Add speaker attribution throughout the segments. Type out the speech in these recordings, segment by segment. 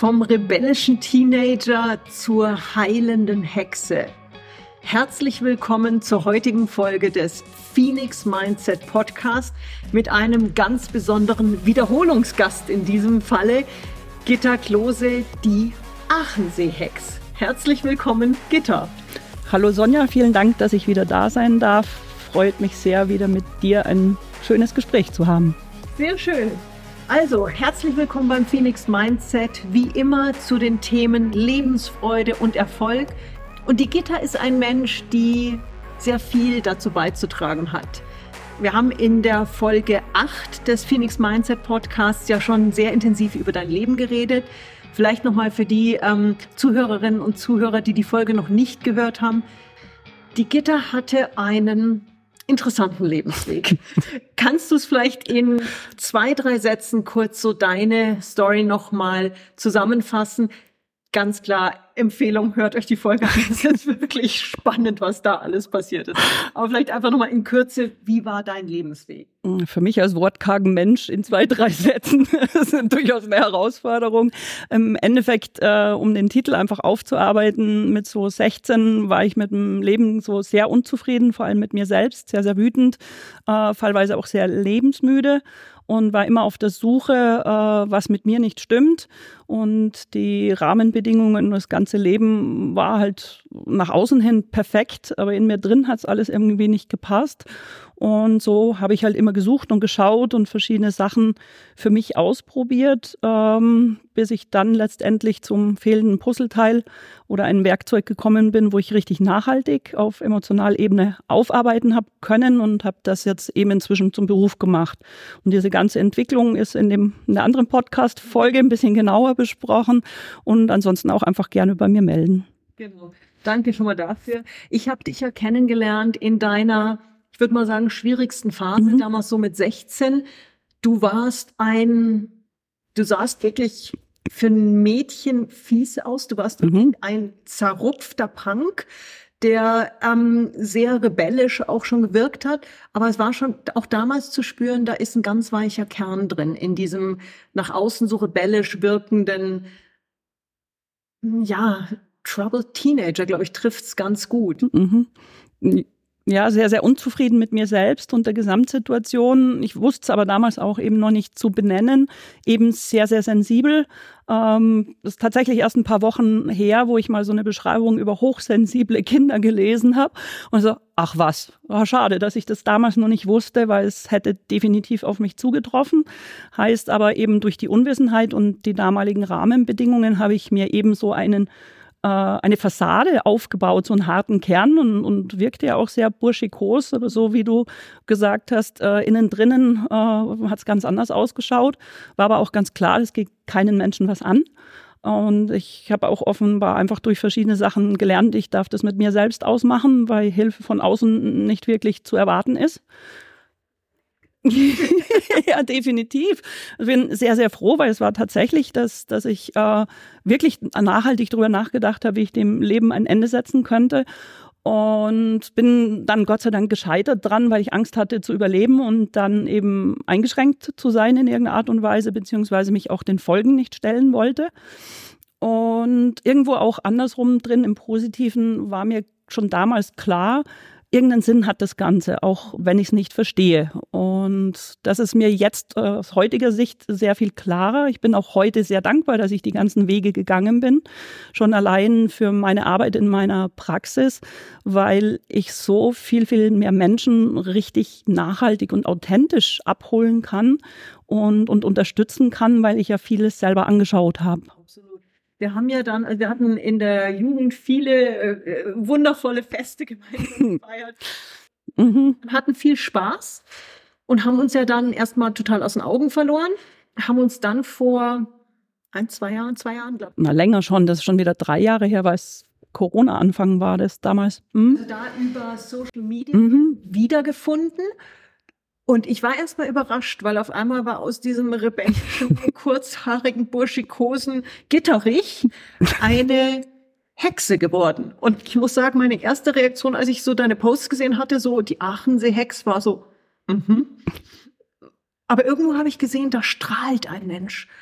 Speaker 1: Vom rebellischen Teenager zur heilenden Hexe. Herzlich willkommen zur heutigen Folge des Phoenix Mindset Podcast mit einem ganz besonderen Wiederholungsgast in diesem Falle, Gitta Klose, die Achensee-Hex. Herzlich willkommen, Gitta.
Speaker 2: Hallo Sonja, vielen Dank, dass ich wieder da sein darf. Freut mich sehr, wieder mit dir ein schönes Gespräch zu haben.
Speaker 1: Sehr schön. Also, herzlich willkommen beim Phoenix Mindset, wie immer zu den Themen Lebensfreude und Erfolg. Und die Gitta ist ein Mensch, die sehr viel dazu beizutragen hat. Wir haben in der Folge 8 des Phoenix Mindset Podcasts ja schon sehr intensiv über dein Leben geredet. Vielleicht nochmal für die Zuhörerinnen und Zuhörer, die die Folge noch nicht gehört haben. Die Gitta hatte einen interessanten Lebensweg. Kannst du es vielleicht in 2, 3 Sätzen kurz so deine Story nochmal zusammenfassen? Ganz klar, Empfehlung, hört euch die Folge an. Es ist wirklich spannend, was da alles passiert ist. Aber vielleicht einfach nochmal in Kürze, wie war dein Lebensweg?
Speaker 2: Für mich als wortkargen Mensch in 2, 3 Sätzen, das ist durchaus eine Herausforderung. Im Endeffekt, um den Titel einfach aufzuarbeiten, mit so 16 war ich mit dem Leben so sehr unzufrieden, vor allem mit mir selbst, sehr, sehr wütend, fallweise auch sehr lebensmüde. Und war immer auf der Suche, was mit mir nicht stimmt. Und die Rahmenbedingungen, das ganze Leben war halt nach außen hin perfekt, aber in mir drin hat es alles irgendwie nicht gepasst. Und so habe ich halt immer gesucht und geschaut und verschiedene Sachen für mich ausprobiert, bis ich dann letztendlich zum fehlenden Puzzleteil oder ein Werkzeug gekommen bin, wo ich richtig nachhaltig auf emotionaler Ebene aufarbeiten habe können und habe das jetzt eben inzwischen zum Beruf gemacht. Und diese ganze Entwicklung ist in der anderen Podcast-Folge ein bisschen genauer besprochen und ansonsten auch einfach gerne bei mir melden.
Speaker 1: Genau. Danke schon mal dafür. Ich habe dich ja kennengelernt in deiner, ich würde mal sagen, schwierigsten Phase, damals so mit 16. Du sahst wirklich für ein Mädchen fies aus. Du warst ein zerrupfter Punk, der sehr rebellisch auch schon gewirkt hat. Aber es war schon auch damals zu spüren, da ist ein ganz weicher Kern drin in diesem nach außen so rebellisch wirkenden, ja, Troubled Teenager, glaube ich, trifft es ganz gut.
Speaker 2: Ja, sehr, sehr unzufrieden mit mir selbst und der Gesamtsituation. Ich wusste es aber damals auch eben noch nicht zu benennen. Eben sehr, sehr sensibel. Das ist tatsächlich erst ein paar Wochen her, wo ich mal so eine Beschreibung über hochsensible Kinder gelesen habe. Und so, ach was, schade, dass ich das damals noch nicht wusste, weil es hätte definitiv auf mich zugetroffen. Heißt aber eben durch die Unwissenheit und die damaligen Rahmenbedingungen habe ich mir eben so eine Fassade aufgebaut, so einen harten Kern und wirkte ja auch sehr burschikos, aber so wie du gesagt hast, innen drinnen hat es ganz anders ausgeschaut, war aber auch ganz klar, es geht keinen Menschen was an. Und ich habe auch offenbar einfach durch verschiedene Sachen gelernt, ich darf das mit mir selbst ausmachen, weil Hilfe von außen nicht wirklich zu erwarten ist. Ja, definitiv. Ich bin sehr, sehr froh, weil es war tatsächlich, dass ich wirklich nachhaltig darüber nachgedacht habe, wie ich dem Leben ein Ende setzen könnte. Und bin dann Gott sei Dank gescheitert dran, weil ich Angst hatte zu überleben und dann eben eingeschränkt zu sein in irgendeiner Art und Weise, beziehungsweise mich auch den Folgen nicht stellen wollte. Und irgendwo auch andersrum drin im Positiven war mir schon damals klar, irgendeinen Sinn hat das Ganze, auch wenn ich es nicht verstehe. Und das ist mir jetzt aus heutiger Sicht sehr viel klarer. Ich bin auch heute sehr dankbar, dass ich die ganzen Wege gegangen bin. Schon allein für meine Arbeit in meiner Praxis, weil ich so viel, viel mehr Menschen richtig nachhaltig und authentisch abholen kann und unterstützen kann, weil ich ja vieles selber angeschaut habe.
Speaker 1: Absolut. Wir hatten in der Jugend viele wundervolle Feste gemeinsam gefeiert, hatten viel Spaß und haben uns ja dann erstmal total aus den Augen verloren, haben uns dann vor 2 Jahren, glaube ich.
Speaker 2: Na, länger schon, das ist schon wieder 3 Jahre her, weil es Corona-Anfang war das damals.
Speaker 1: Also da über Social Media wiedergefunden. Und ich war erstmal überrascht, weil auf einmal war aus diesem rebellischen, kurzhaarigen, burschikosen Gitterich eine Hexe geworden. Und ich muss sagen, meine erste Reaktion, als ich so deine Posts gesehen hatte, so die Achensee-Hex, war so, Aber irgendwo habe ich gesehen, da strahlt ein Mensch.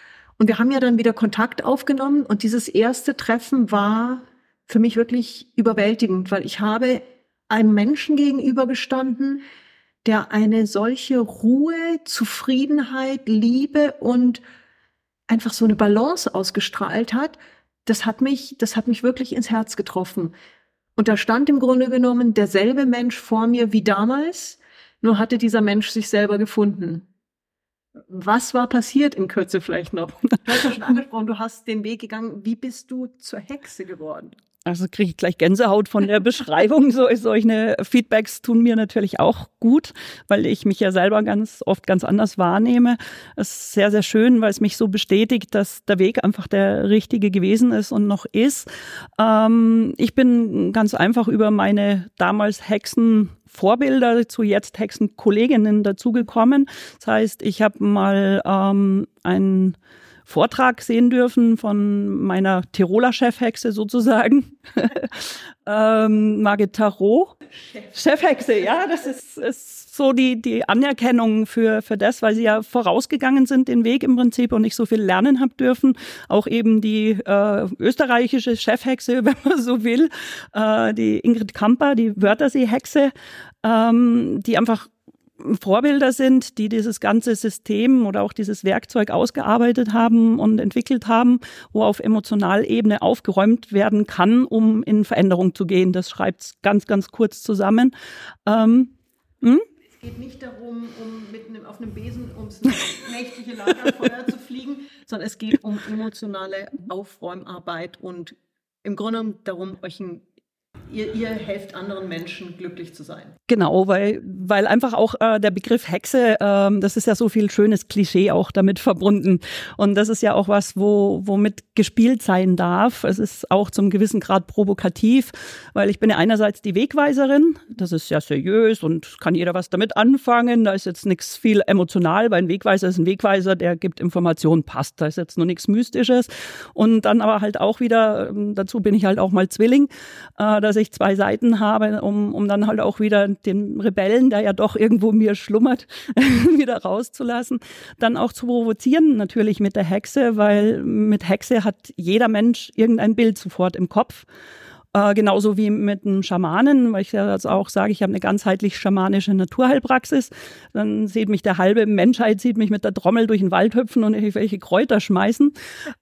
Speaker 1: Und wir haben ja dann wieder Kontakt aufgenommen und dieses erste Treffen war für mich wirklich überwältigend, weil ich habe einem Menschen gegenübergestanden, der eine solche Ruhe, Zufriedenheit, Liebe und einfach so eine Balance ausgestrahlt hat. Das hat mich wirklich ins Herz getroffen. Und da stand im Grunde genommen derselbe Mensch vor mir wie damals, nur hatte dieser Mensch sich selber gefunden. Was war passiert in Kürze vielleicht noch? Du hast ja schon angesprochen, du hast den Weg gegangen. Wie bist du zur Hexe geworden?
Speaker 2: Also kriege ich gleich Gänsehaut von der Beschreibung. Solche Feedbacks tun mir natürlich auch gut, weil ich mich ja selber ganz oft ganz anders wahrnehme. Es ist sehr, sehr schön, weil es mich so bestätigt, dass der Weg einfach der richtige gewesen ist und noch ist. Ich bin ganz einfach über meine damals Hexenvorbilder zu jetzt Hexenkolleginnen dazugekommen. Das heißt, ich habe mal einen Vortrag sehen dürfen von meiner Tiroler Chefhexe sozusagen, Margit Tarot. Chefhexe, ja, das ist so die Anerkennung für das, weil sie ja vorausgegangen sind, den Weg im Prinzip und nicht so viel lernen habe dürfen. Auch eben die österreichische Chefhexe, wenn man so will, die Ingrid Kamper, die Wörthersee-Hexe, die einfach Vorbilder sind, die dieses ganze System oder auch dieses Werkzeug ausgearbeitet haben und entwickelt haben, wo auf Emotionalebene aufgeräumt werden kann, um in Veränderung zu gehen. Das schreibt es ganz, ganz kurz zusammen.
Speaker 1: Es geht nicht darum, auf einem Besen ums nächtliche Lagerfeuer zu fliegen, sondern es geht um emotionale Aufräumarbeit und im Grunde genommen darum, Ihr helft anderen Menschen, glücklich zu sein.
Speaker 2: Genau, weil einfach auch der Begriff Hexe, das ist ja so viel schönes Klischee auch damit verbunden. Und das ist ja auch was, womit gespielt sein darf. Es ist auch zum gewissen Grad provokativ, weil ich bin ja einerseits die Wegweiserin. Das ist ja seriös und kann jeder was damit anfangen. Da ist jetzt nichts viel emotional, weil ein Wegweiser ist ein Wegweiser, der gibt Informationen, passt. Da ist jetzt nur nichts Mystisches. Und dann aber halt auch wieder, dazu bin ich halt auch mal Zwilling, dass ich 2 Seiten habe, um dann halt auch wieder den Rebellen, der ja doch irgendwo in mir schlummert, wieder rauszulassen. Dann auch zu provozieren natürlich mit der Hexe, weil mit Hexe hat jeder Mensch irgendein Bild sofort im Kopf. Genauso wie mit einem Schamanen, weil ich ja jetzt auch sage, ich habe eine ganzheitlich schamanische Naturheilpraxis. Dann sieht mich der halbe Menschheit, sieht mich mit der Trommel durch den Wald hüpfen und irgendwelche Kräuter schmeißen.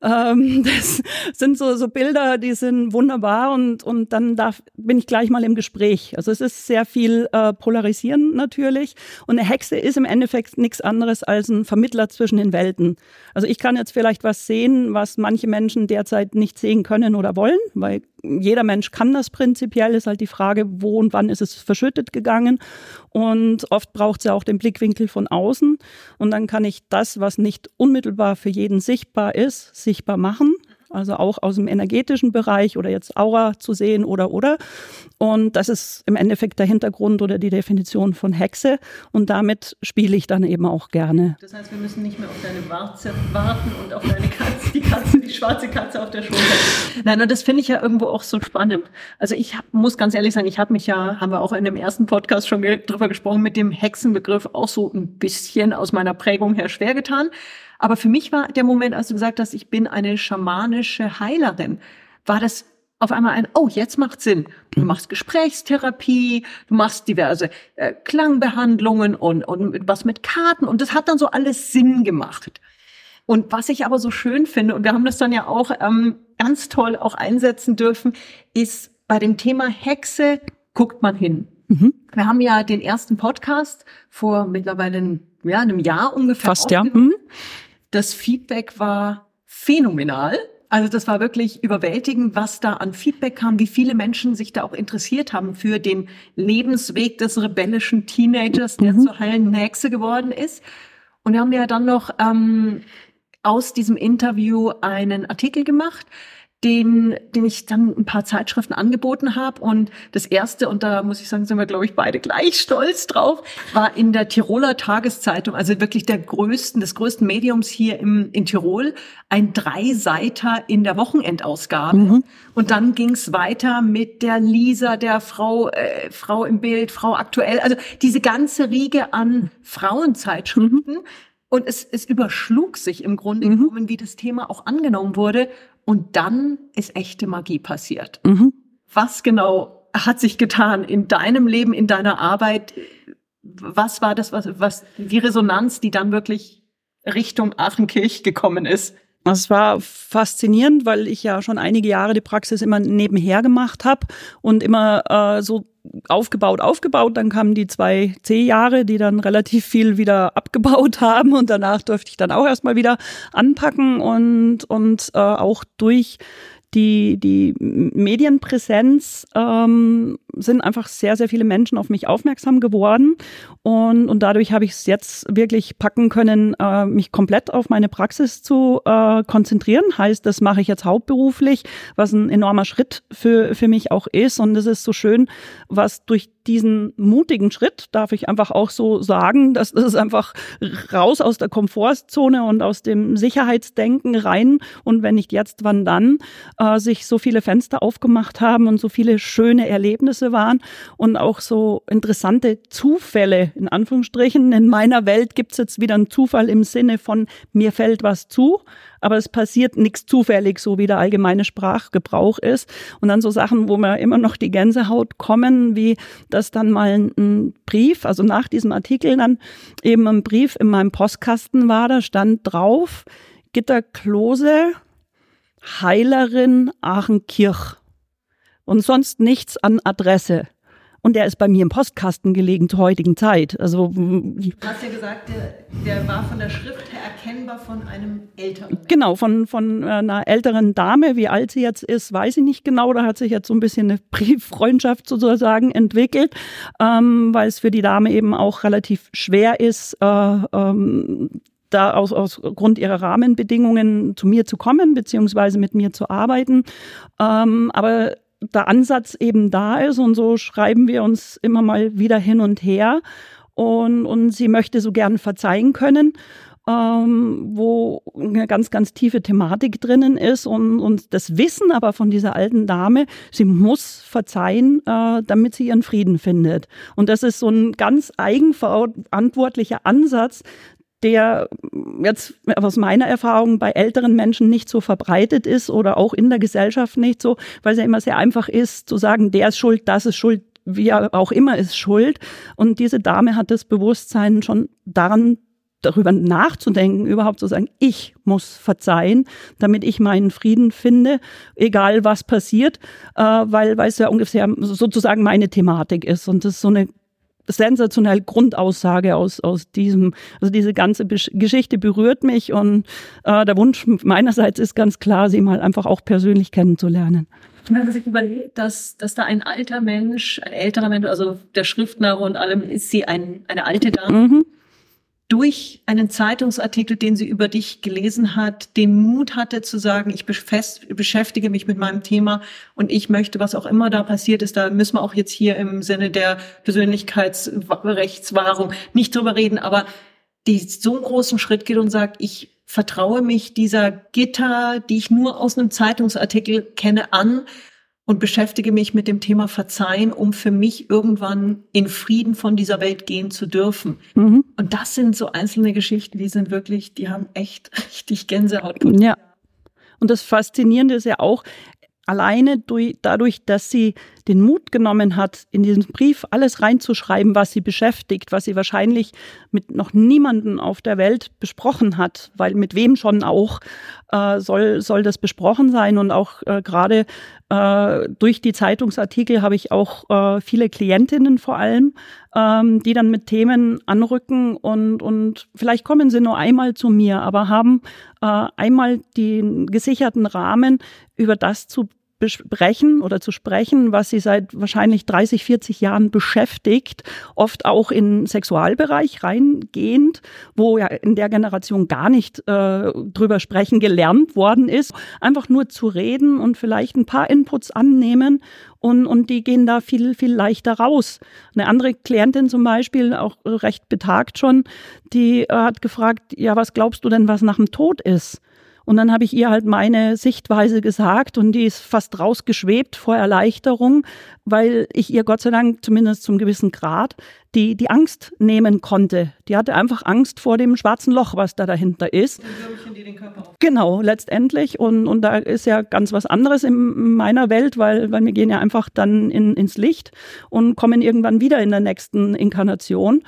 Speaker 2: Das sind so Bilder, die sind wunderbar und dann bin ich gleich mal im Gespräch. Also es ist sehr viel Polarisieren natürlich und eine Hexe ist im Endeffekt nichts anderes als ein Vermittler zwischen den Welten. Also ich kann jetzt vielleicht was sehen, was manche Menschen derzeit nicht sehen können oder wollen, weil jeder Mensch kann das prinzipiell, ist halt die Frage, wo und wann ist es verschüttet gegangen und oft braucht es ja auch den Blickwinkel von außen und dann kann ich das, was nicht unmittelbar für jeden sichtbar ist, sichtbar machen. Also auch aus dem energetischen Bereich oder jetzt Aura zu sehen oder. Und das ist im Endeffekt der Hintergrund oder die Definition von Hexe. Und damit spiele ich dann eben auch gerne.
Speaker 1: Das heißt, wir müssen nicht mehr auf deine Warze warten und auf deine Katze, die schwarze Katze auf der Schulter. Nein, und das finde ich ja irgendwo auch so spannend. Also ich muss ganz ehrlich sagen, haben wir auch in dem ersten Podcast schon drüber gesprochen, mit dem Hexenbegriff auch so ein bisschen aus meiner Prägung her schwer getan. Aber für mich war der Moment, als du gesagt hast, ich bin eine schamanische Heilerin, war das auf einmal jetzt macht Sinn. Du machst Gesprächstherapie, du machst diverse Klangbehandlungen und was mit Karten und das hat dann so alles Sinn gemacht. Und was ich aber so schön finde, und wir haben das dann ja auch ganz toll auch einsetzen dürfen, ist bei dem Thema Hexe, guckt man hin. Mhm. Wir haben ja den ersten Podcast vor mittlerweile einem Jahr ungefähr
Speaker 2: fast, ja. Mhm.
Speaker 1: Das Feedback war phänomenal. Also das war wirklich überwältigend, was da an Feedback kam, wie viele Menschen sich da auch interessiert haben für den Lebensweg des rebellischen Teenagers, der zur heilenden Hexe geworden ist. Und wir haben ja dann noch aus diesem Interview einen Artikel gemacht, den ich dann ein paar Zeitschriften angeboten habe. Und das erste, und da muss ich sagen, sind wir, glaube ich, beide gleich stolz drauf, war in der Tiroler Tageszeitung, also wirklich des größten Mediums hier in Tirol, ein 3-Seiter in der Wochenendausgabe. Mhm. Und dann ging's weiter mit der Lisa, der Frau im Bild, Frau aktuell, also diese ganze Riege an Frauenzeitschriften, Und es überschlug sich im Grunde genommen, wie das Thema auch angenommen wurde. Und dann ist echte Magie passiert. Was genau hat sich getan in deinem Leben, in deiner Arbeit? Was war das, was die Resonanz, die dann wirklich Richtung Aachenkirch gekommen ist?
Speaker 2: Es war faszinierend, weil ich ja schon einige Jahre die Praxis immer nebenher gemacht habe und immer so aufgebaut. Dann kamen die 2 C-Jahre, die dann relativ viel wieder abgebaut haben und danach durfte ich dann auch erstmal wieder anpacken und auch durch die Medienpräsenz sind einfach sehr, sehr viele Menschen auf mich aufmerksam geworden und dadurch habe ich es jetzt wirklich packen können, mich komplett auf meine Praxis zu konzentrieren. Heißt, das mache ich jetzt hauptberuflich, was ein enormer Schritt für mich auch ist und es ist so schön, was durch diesen mutigen Schritt, darf ich einfach auch so sagen, das ist einfach raus aus der Komfortzone und aus dem Sicherheitsdenken rein und wenn nicht jetzt, wann dann, sich so viele Fenster aufgemacht haben und so viele schöne Erlebnisse waren und auch so interessante Zufälle, in Anführungsstrichen. In meiner Welt gibt's jetzt wieder einen Zufall im Sinne von, mir fällt was zu, aber es passiert nichts zufällig, so wie der allgemeine Sprachgebrauch ist. Und dann so Sachen, wo mir immer noch die Gänsehaut kommen, wie dass dann mal ein Brief, also nach diesem Artikel dann eben ein Brief in meinem Postkasten war, da stand drauf, Gitta Klose, Heilerin Aachenkirch und sonst nichts an Adresse. Und der ist bei mir im Postkasten gelegen zur heutigen Zeit. Also,
Speaker 1: du hast ja gesagt, der war von der Schrift her erkennbar von einem Älteren.
Speaker 2: Genau, von einer älteren Dame. Wie alt sie jetzt ist, weiß ich nicht genau. Da hat sich jetzt so ein bisschen eine Brieffreundschaft sozusagen entwickelt, weil es für die Dame eben auch relativ schwer ist, da aus Grund ihrer Rahmenbedingungen zu mir zu kommen, beziehungsweise mit mir zu arbeiten. Aber der Ansatz eben da ist und so schreiben wir uns immer mal wieder hin und her und sie möchte so gern verzeihen können, wo eine ganz, ganz tiefe Thematik drinnen ist und das Wissen aber von dieser alten Dame, sie muss verzeihen, damit sie ihren Frieden findet. Und das ist so ein ganz eigenverantwortlicher Ansatz, der jetzt aus meiner Erfahrung bei älteren Menschen nicht so verbreitet ist oder auch in der Gesellschaft nicht so, weil es ja immer sehr einfach ist zu sagen, der ist schuld, das ist schuld, wie auch immer ist schuld. Und diese Dame hat das Bewusstsein schon darüber nachzudenken, überhaupt zu sagen, ich muss verzeihen, damit ich meinen Frieden finde, egal was passiert, weil es ja ungefähr sozusagen meine Thematik ist. Und das ist so eine sensationelle Grundaussage aus diesem, also diese ganze Geschichte berührt mich und der Wunsch meinerseits ist ganz klar, sie mal einfach auch persönlich kennenzulernen.
Speaker 1: Wenn man sich überlegt, dass da ein älterer Mensch, also der Schriftner und allem, ist sie eine alte Dame, durch einen Zeitungsartikel, den sie über dich gelesen hat, den Mut hatte zu sagen, ich beschäftige mich mit meinem Thema und ich möchte, was auch immer da passiert ist, da müssen wir auch jetzt hier im Sinne der Persönlichkeitsrechtswahrung nicht drüber reden, aber die so einen großen Schritt geht und sagt, ich vertraue mich dieser Gitta, die ich nur aus einem Zeitungsartikel kenne, an und beschäftige mich mit dem Thema Verzeihen, um für mich irgendwann in Frieden von dieser Welt gehen zu dürfen. Und das sind so einzelne Geschichten, die haben echt richtig Gänsehaut.
Speaker 2: Ja. Und das Faszinierende ist ja auch, alleine dadurch, dass sie den Mut genommen hat, in diesen Brief alles reinzuschreiben, was sie beschäftigt, was sie wahrscheinlich mit noch niemandem auf der Welt besprochen hat, weil mit wem schon auch soll das besprochen sein. Und auch gerade durch die Zeitungsartikel habe ich auch viele Klientinnen vor allem, die dann mit Themen anrücken und vielleicht kommen sie nur einmal zu mir, aber haben einmal den gesicherten Rahmen, über das zu besprechen oder zu sprechen, was sie seit wahrscheinlich 30, 40 Jahren beschäftigt, oft auch in Sexualbereich reingehend, wo ja in der Generation gar nicht drüber sprechen gelernt worden ist. Einfach nur zu reden und vielleicht ein paar Inputs annehmen und die gehen da viel, viel leichter raus. Eine andere Klientin zum Beispiel, auch recht betagt schon, die hat gefragt, ja, was glaubst du denn, was nach dem Tod ist? Und dann habe ich ihr halt meine Sichtweise gesagt und die ist fast rausgeschwebt vor Erleichterung, weil ich ihr Gott sei Dank zumindest zum gewissen Grad die Angst nehmen konnte. Die hatte einfach Angst vor dem schwarzen Loch, was da dahinter ist.
Speaker 1: Würmchen, die den Körper
Speaker 2: Genau, letztendlich. Und da ist ja ganz was anderes in meiner Welt, weil wir gehen ja einfach dann ins Licht und kommen irgendwann wieder in der nächsten Inkarnation.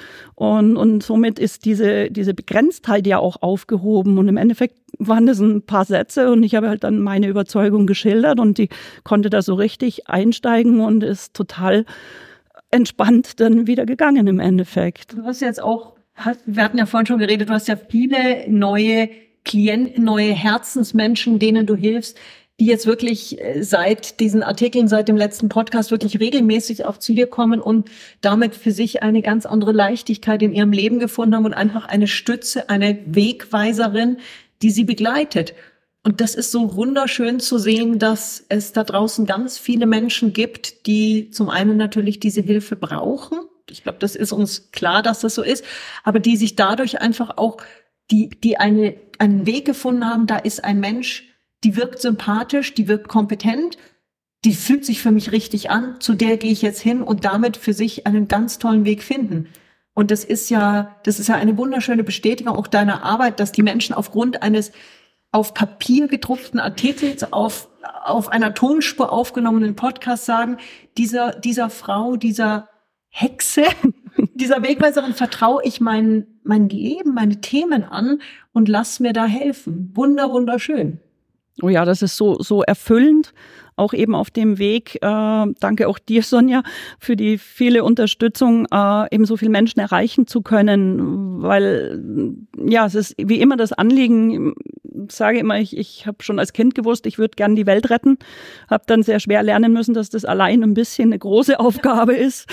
Speaker 2: Und somit ist diese Begrenztheit ja auch aufgehoben. Und im Endeffekt waren das ein paar Sätze und ich habe halt dann meine Überzeugung geschildert und die konnte da so richtig einsteigen und ist total entspannt dann wieder gegangen im Endeffekt.
Speaker 1: Du hast jetzt auch, wir hatten ja vorhin schon geredet, du hast ja viele neue Klienten, neue Herzensmenschen, denen du hilfst, die jetzt wirklich seit diesen Artikeln, seit dem letzten Podcast wirklich regelmäßig auch zu dir kommen und damit für sich eine ganz andere Leichtigkeit in ihrem Leben gefunden haben und einfach eine Stütze, eine Wegweiserin, die sie begleitet. Und das ist so wunderschön zu sehen, dass es da draußen ganz viele Menschen gibt, die zum einen natürlich diese Hilfe brauchen. Ich glaube, das ist uns klar, dass das so ist, aber die sich dadurch einfach auch, die einen Weg gefunden haben, da ist ein Mensch, die wirkt sympathisch, die wirkt kompetent, die fühlt sich für mich richtig an, zu der gehe ich jetzt hin und damit für sich einen ganz tollen Weg finden. Und das ist ja eine wunderschöne Bestätigung auch deiner Arbeit, dass die Menschen aufgrund eines auf Papier gedruckten Artikels, auf einer Tonspur aufgenommenen Podcast sagen, dieser Frau, dieser Hexe, dieser Wegweiserin vertraue ich mein Leben, meine Themen an und lass mir da helfen. Wunderschön.
Speaker 2: Oh ja, das ist so erfüllend, auch eben auf dem Weg. Danke auch dir, Sonja, für die viele Unterstützung, eben so viele Menschen erreichen zu können, weil ja, es ist wie immer das Anliegen. Ich sage immer, ich habe schon als Kind gewusst, ich würde gern die Welt retten, habe dann sehr schwer lernen müssen, dass das allein ein bisschen eine große Aufgabe ist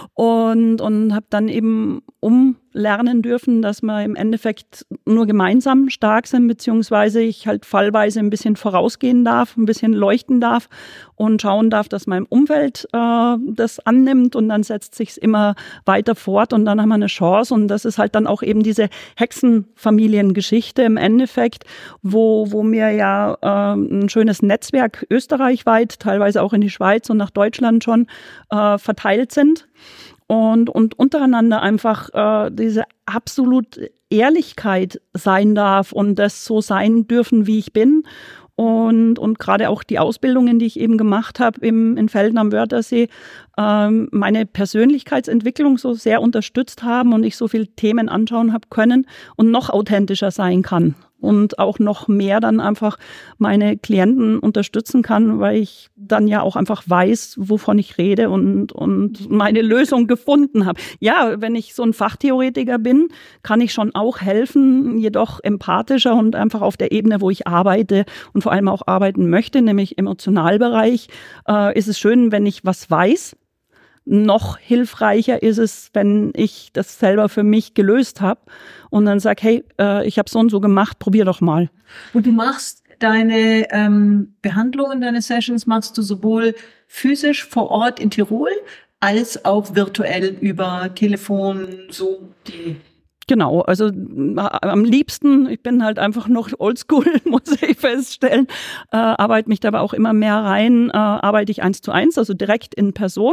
Speaker 2: und habe dann eben umlernen dürfen, dass wir im Endeffekt nur gemeinsam stark sind, beziehungsweise ich halt fallweise ein bisschen vorausgehen darf, ein bisschen leuchten darf und schauen darf, dass mein Umfeld das annimmt und dann setzt sich's immer weiter fort und dann haben wir eine Chance und das ist halt dann auch eben diese Hexenfamiliengeschichte im Endeffekt, wo wir ja ein schönes Netzwerk österreichweit, teilweise auch in die Schweiz und nach Deutschland schon verteilt sind. Und untereinander einfach diese absolute Ehrlichkeit sein darf und das so sein dürfen, wie ich bin. Und gerade auch die Ausbildungen, die ich eben gemacht habe in Velden am Wörthersee, meine Persönlichkeitsentwicklung so sehr unterstützt haben und ich so viele Themen anschauen habe können und noch authentischer sein kann. Und auch noch mehr dann einfach meine Klienten unterstützen kann, weil ich dann ja auch einfach weiß, wovon ich rede und meine Lösung gefunden habe. Ja, wenn ich so ein Fachtheoretiker bin, kann ich schon auch helfen, jedoch empathischer und einfach auf der Ebene, wo ich arbeite und vor allem auch arbeiten möchte, nämlich im Emotionalbereich, ist es schön, wenn ich was weiß. Noch hilfreicher ist es, wenn ich das selber für mich gelöst habe und dann sage, hey, ich habe so und so gemacht, probier doch mal.
Speaker 1: Und du machst deine Behandlungen, deine Sessions machst du sowohl physisch vor Ort in Tirol als auch virtuell über Telefon, Zoom, die...
Speaker 2: Genau, also am liebsten, ich bin halt einfach noch oldschool, muss ich feststellen, arbeite mich dabei auch immer mehr rein, arbeite ich 1:1, also direkt in Person.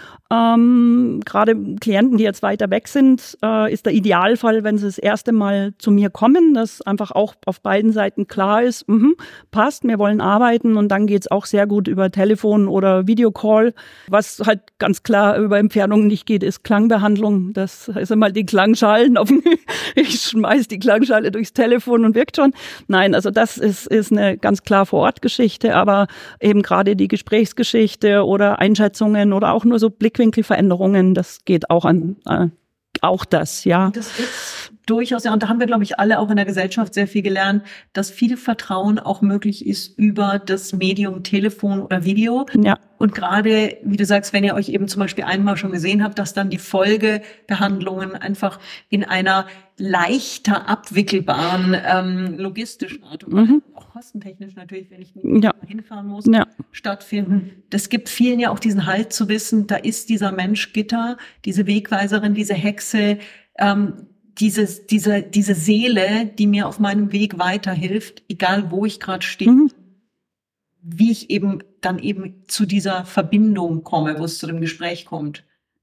Speaker 2: Gerade Klienten, die jetzt weiter weg sind, ist der Idealfall, wenn sie das erste Mal zu mir kommen, dass einfach auch auf beiden Seiten klar ist, passt, wir wollen arbeiten und dann geht's auch sehr gut über Telefon oder Videocall. Was halt ganz klar über Entfernungen nicht geht, ist Klangbehandlung. Das ist immer die Klangschalen ich schmeiß die Klangschale durchs Telefon und wirkt schon. Nein, also das ist eine ganz klar Vor-Ort-Geschichte, aber eben gerade die Gesprächsgeschichte oder Einschätzungen oder auch nur so Blickwinkelveränderungen, das geht auch an auch das, ja.
Speaker 1: Das ist durchaus, ja, und da haben wir, glaube ich, alle auch in der Gesellschaft sehr viel gelernt, dass viel Vertrauen auch möglich ist über das Medium Telefon oder Video.
Speaker 2: Ja.
Speaker 1: Und gerade, wie du sagst, wenn ihr euch eben zum Beispiel einmal schon gesehen habt, dass dann die Folgebehandlungen einfach in einer leichter abwickelbaren logistischen Art und Weise, auch kostentechnisch natürlich, wenn ich nicht hinfahren muss, stattfinden. Das gibt vielen ja auch diesen Halt zu wissen, da ist dieser Mensch Gitter, diese Wegweiserin, diese Hexe, diese Seele, die mir auf meinem Weg weiterhilft, egal wo ich gerade stehe, wie ich eben dann eben zu dieser Verbindung komme, wo es zu dem Gespräch kommt.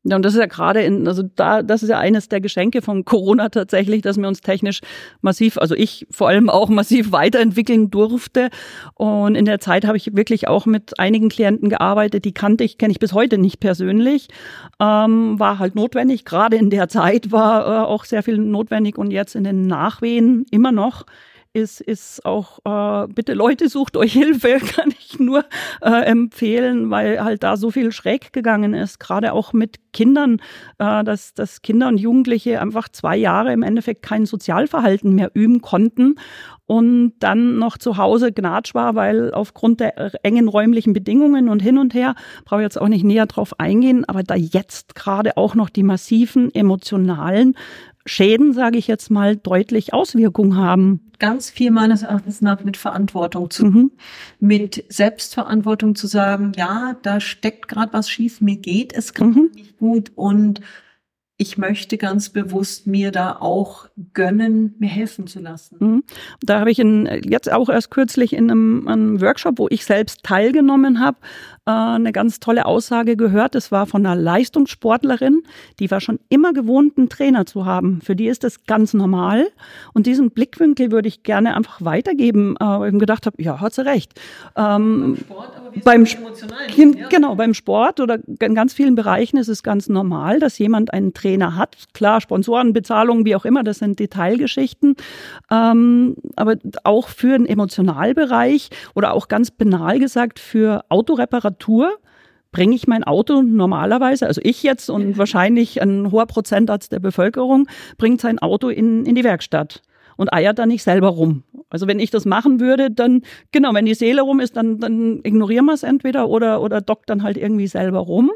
Speaker 2: Ja, und das ist ja gerade das ist ja eines der Geschenke von Corona tatsächlich, dass wir uns technisch massiv, also ich vor allem auch massiv weiterentwickeln durfte. Und in der Zeit habe ich wirklich auch mit einigen Klienten gearbeitet, die kenne ich bis heute nicht persönlich. War halt notwendig. Gerade in der Zeit war auch sehr viel notwendig und jetzt in den Nachwehen immer noch. Ist auch, bitte Leute, sucht euch Hilfe, kann ich nur empfehlen, weil halt da so viel schräg gegangen ist, gerade auch mit Kindern, dass Kinder und Jugendliche einfach 2 Jahre im Endeffekt kein Sozialverhalten mehr üben konnten und dann noch zu Hause gnatsch war, weil aufgrund der engen räumlichen Bedingungen und hin und her, brauche ich jetzt auch nicht näher drauf eingehen, aber da jetzt gerade auch noch die massiven emotionalen Schäden, sage ich jetzt mal, deutlich Auswirkungen haben.
Speaker 1: Ganz viel meines Erachtens nach mit Verantwortung zu tun, mit Selbstverantwortung zu sagen, ja, da steckt gerade was schief, mir geht es gerade nicht gut und ich möchte ganz bewusst mir da auch gönnen, mir helfen zu lassen.
Speaker 2: Da habe ich jetzt auch erst kürzlich in einem Workshop, wo ich selbst teilgenommen habe, eine ganz tolle Aussage gehört. Das war von einer Leistungssportlerin, die war schon immer gewohnt, einen Trainer zu haben. Für die ist das ganz normal. Und diesen Blickwinkel würde ich gerne einfach weitergeben, weil ich gedacht habe, ja, hat sie recht.
Speaker 1: Beim Sport, aber wie beim emotionalen.
Speaker 2: Genau, beim Sport oder in ganz vielen Bereichen ist es ganz normal, dass jemand einen Trainer hat. Klar, Sponsorenbezahlungen, wie auch immer, das sind Detailgeschichten. Aber auch für den Emotionalbereich oder auch ganz banal gesagt für Autoreparatur bringe ich mein Auto normalerweise, also ich jetzt und wahrscheinlich ein hoher Prozentsatz der Bevölkerung, bringt sein Auto in die Werkstatt und eiert da nicht selber rum. Also wenn ich das machen würde, dann, genau, wenn die Seele rum ist, dann ignorieren wir es entweder oder dockt dann halt irgendwie selber rum.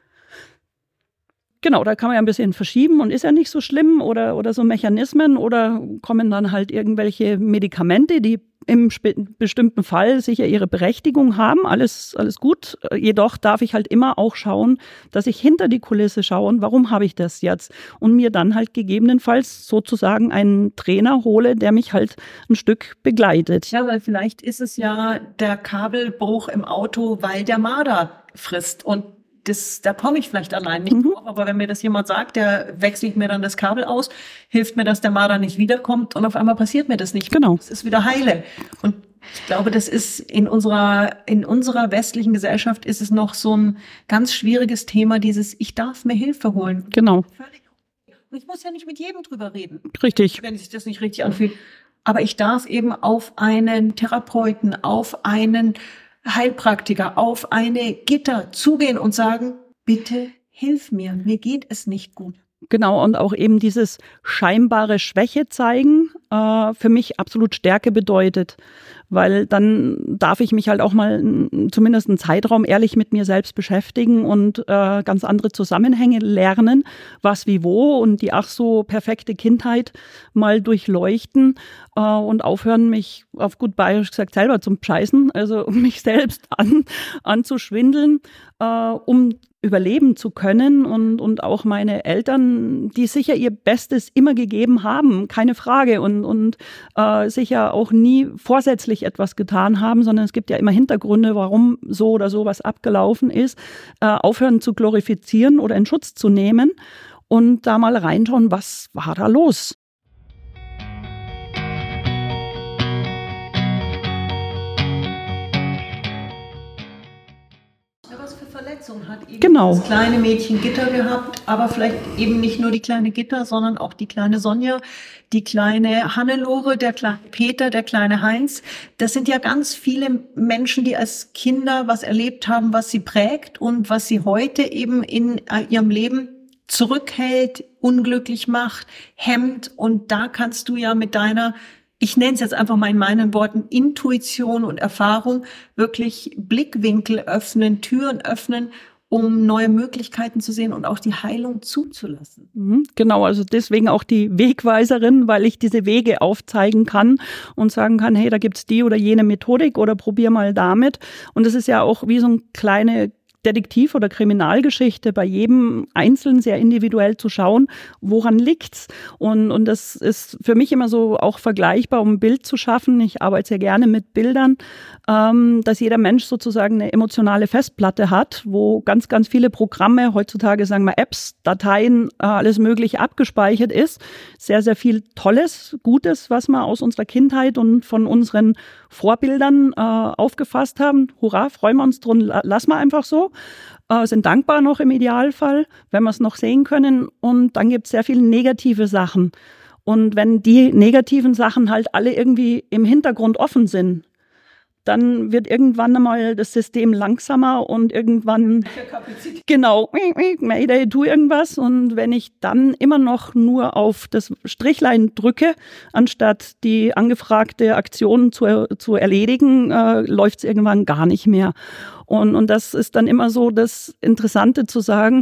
Speaker 2: Genau, da kann man ja ein bisschen verschieben und ist ja nicht so schlimm oder so Mechanismen oder kommen dann halt irgendwelche Medikamente, die im bestimmten Fall sicher ihre Berechtigung haben, alles gut. Jedoch darf ich halt immer auch schauen, dass ich hinter die Kulisse schaue und warum habe ich das jetzt? Und mir dann halt gegebenenfalls sozusagen einen Trainer hole, der mich halt ein Stück begleitet.
Speaker 1: Ja, weil vielleicht ist es ja der Kabelbruch im Auto, weil der Marder frisst und da komme ich vielleicht allein nicht drauf, aber wenn mir das jemand sagt, der wechselt mir dann das Kabel aus, hilft mir, dass der Marder nicht wiederkommt und auf einmal passiert mir das nicht.
Speaker 2: Genau.
Speaker 1: Es ist wieder heile. Und ich glaube, das ist in unserer westlichen Gesellschaft ist es noch so ein ganz schwieriges Thema, ich darf mir Hilfe holen.
Speaker 2: Genau.
Speaker 1: Ich muss ja nicht mit jedem drüber reden.
Speaker 2: Richtig.
Speaker 1: Wenn sich das nicht richtig anfühlt. Aber ich darf eben auf einen Therapeuten, auf einen Heilpraktiker, auf eine Gitter zugehen und sagen, bitte hilf mir geht es nicht gut.
Speaker 2: Genau, und auch eben dieses scheinbare Schwäche zeigen, für mich absolut Stärke bedeutet, weil dann darf ich mich halt auch mal zumindest einen Zeitraum ehrlich mit mir selbst beschäftigen und ganz andere Zusammenhänge lernen, was wie wo und die ach so perfekte Kindheit mal durchleuchten und aufhören, mich auf gut bayerisch gesagt selber zum Scheißen, also mich selbst anzuschwindeln, um überleben zu können und auch meine Eltern, die sicher ihr Bestes immer gegeben haben, keine Frage und sicher auch nie vorsätzlich etwas getan haben, sondern es gibt ja immer Hintergründe, warum so oder so was abgelaufen ist, aufhören zu glorifizieren oder in Schutz zu nehmen und da mal reinschauen, was war da los?
Speaker 1: Hat eben
Speaker 2: genau.
Speaker 1: Das kleine Mädchen Gitter gehabt, aber vielleicht eben nicht nur die kleine Gitter, sondern auch die kleine Sonja, die kleine Hannelore, der kleine Peter, der kleine Heinz. Das sind ja ganz viele Menschen, die als Kinder was erlebt haben, was sie prägt und was sie heute eben in ihrem Leben zurückhält, unglücklich macht, hemmt. Und da kannst du ja mit deiner, ich nenne es jetzt einfach mal in meinen Worten, Intuition und Erfahrung, wirklich Blickwinkel öffnen, Türen öffnen, um neue Möglichkeiten zu sehen und auch die Heilung zuzulassen.
Speaker 2: Genau, also deswegen auch die Wegweiserin, weil ich diese Wege aufzeigen kann und sagen kann, hey, da gibt's die oder jene Methodik oder probier mal damit. Und das ist ja auch wie so ein Detektiv- oder Kriminalgeschichte bei jedem einzeln sehr individuell zu schauen, woran liegt's? Und das ist für mich immer so auch vergleichbar, um ein Bild zu schaffen. Ich arbeite sehr gerne mit Bildern, dass jeder Mensch sozusagen eine emotionale Festplatte hat, wo ganz, ganz viele Programme, heutzutage sagen wir Apps, Dateien, alles Mögliche abgespeichert ist. Sehr, sehr viel Tolles, Gutes, was wir aus unserer Kindheit und von unseren Vorbildern aufgefasst haben. Hurra, freuen wir uns drum, lassen wir einfach so. Sind dankbar noch im Idealfall, wenn wir es noch sehen können. Und dann gibt es sehr viele negative Sachen. Und wenn die negativen Sachen halt alle irgendwie im Hintergrund offen sind, dann wird irgendwann einmal das System langsamer und irgendwann, genau, Mayday, tu irgendwas. Und wenn ich dann immer noch nur auf das Strichlein drücke, anstatt die angefragte Aktion zu erledigen, läuft es irgendwann gar nicht mehr. Und das ist dann immer so das Interessante zu sagen,